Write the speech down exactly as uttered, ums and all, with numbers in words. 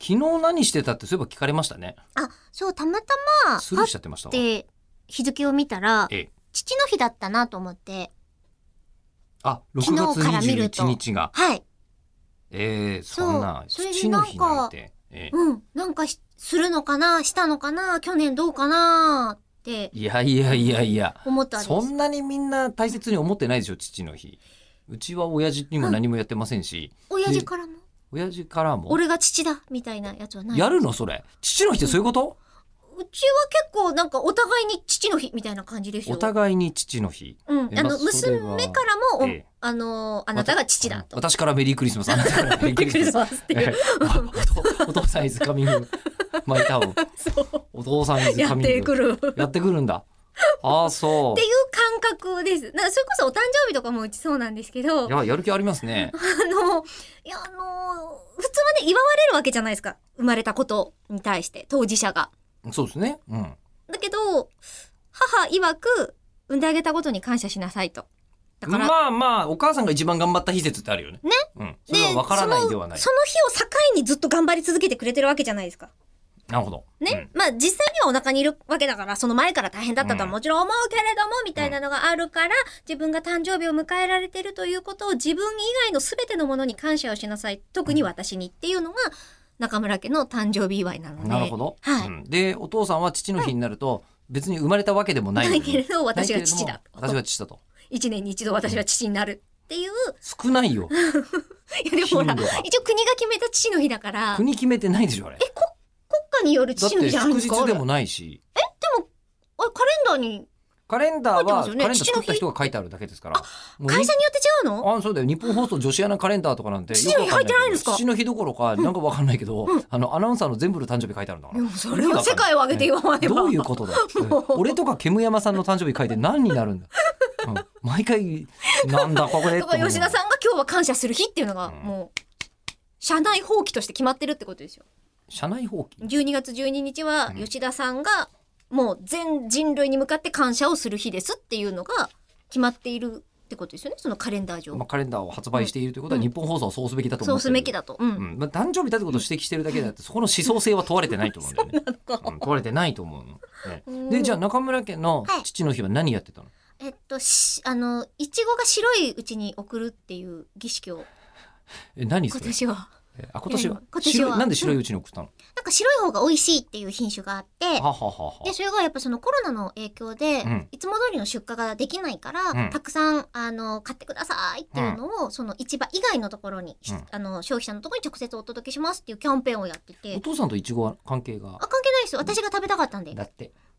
昨日何してたってそういえば聞かれましたね。 あ、そう、たまたま、 スルーしちゃってましたわ。 で、日付を見たら、 ええ、 父の日だったなと思って。 あ、ろくがつにじゅういちにちが。 はい。 えー、そんな、父の日なんて。ええ、 うん、なんかするのかな、したのかな、去年どうかなって。 いやいやいやいや、 思ったんです。 そんなにみんな大切に思ってないでしょ、父の日。うちは親父にも何もやってませんし。 うん、親父からも親父からも俺が父だみたいなやつはない。 やるのそれ。父の日ってそういうこと？ うちは結構なんかお互いに父の日みたいな感じですよ。 お互いに父の日。 うん。あの、娘からも、ええ、あの、あなたが父だと。 私からメリークリスマス、あなたからメリークリスマスっていう。お父さんイズカミング。マイタウン。お父さんイズカミング。 やってくる。 やってくるんだ。ああ、そう。 っていう感覚です。だからそれこそお誕生日とかもうちそうなんですけど。 いや、やる気ありますね。 あの、いや、あの、普通はね、祝われるわけじゃないですか。生まれたことに対して、当事者が。 そうですね。うん。 だけど、母曰く、産んであげたことに感謝しなさいと。 だからまあまあ、お母さんが一番頑張った日説ってあるよね。 ね。 うん。それは分からないではない。 その、その日を境にずっと頑張り続けてくれてるわけじゃないですか。 なるほど。 ね。うん、まあ実際にはお腹にいるわけだから、その前から大変だったとはもちろん思うけれども、うん、みたいなのがあるから、自分が誕生日を迎えられてるということを自分以外の全てのものに感謝をしなさい。特に私にっていうのが、中村家の誕生日祝いなので。 なるほど。 はい。 うん、で、お父さんは父の日になると、別に生まれたわけでもないのに。 ないけれど、私が父だ。 私が父だと。 一年に一度私が父になるっていう。 少ないよ。 いやでもほら、一応国が決めた父の日だから。 国決めてないでしょ、あれ。 え、こ、国家による父の日じゃないですか。 だって祝日でもないし。 え、でも、あ、カレンダーに。 カレンダーは、カレンダー作った人が書いてあるだけですから。 会社によって違うの？ あ、そうだよ。日本放送女子アナカレンダーとかなんて。 父の日入ってないんですか？ 父の日どころか、なんかわかんないけど、あの、アナウンサーの全部の誕生日書いてあるんだから。 それは世界を挙げて言わないば。 どういうことだ？俺とか煙山さんの誕生日書いて何になるんだ？毎回、なんだここで。 吉田さんが今日は感謝する日っていうのが、もう、社内放棄として決まってるってことですよ。 社内放棄？ じゅうにがつじゅうににちは、吉田さんが、もう全人類に向かって感謝をする日ですっていうのが決まっているってことですよね。そのカレンダー上。 まあ、カレンダーを発売しているということは、日本放送はそうすべきだと思う。 そうすべきだと。うん。 うん。まあ、誕生日だってことを指摘してるだけであって、そこの思想性は問われてないと思うんだよね。 そうなのか、 うん。問われてないと思うの。ね、で、じゃあ中村家の父の日は何やってたの？ はい、えっと、し、あの、いちごが白いうちに送るっていう儀式を。 え、何それ？ 今年は。 あ、今年は今年はなんで白いうちに送ったの？ なんか白い方が美味しいっていう品種があって、 ははははで、それがやっぱそのコロナの影響で、うん、いつも通りの出荷ができないから、うん、たくさん、あの、買ってくださいっていうのを、うん、その市場以外のところに、うん、あの、消費者のところに直接お届けしますっていうキャンペーンをやってて。 お父さんとイチゴは関係が？ あ、関係ないですよ。私が食べたかったんで。 だって。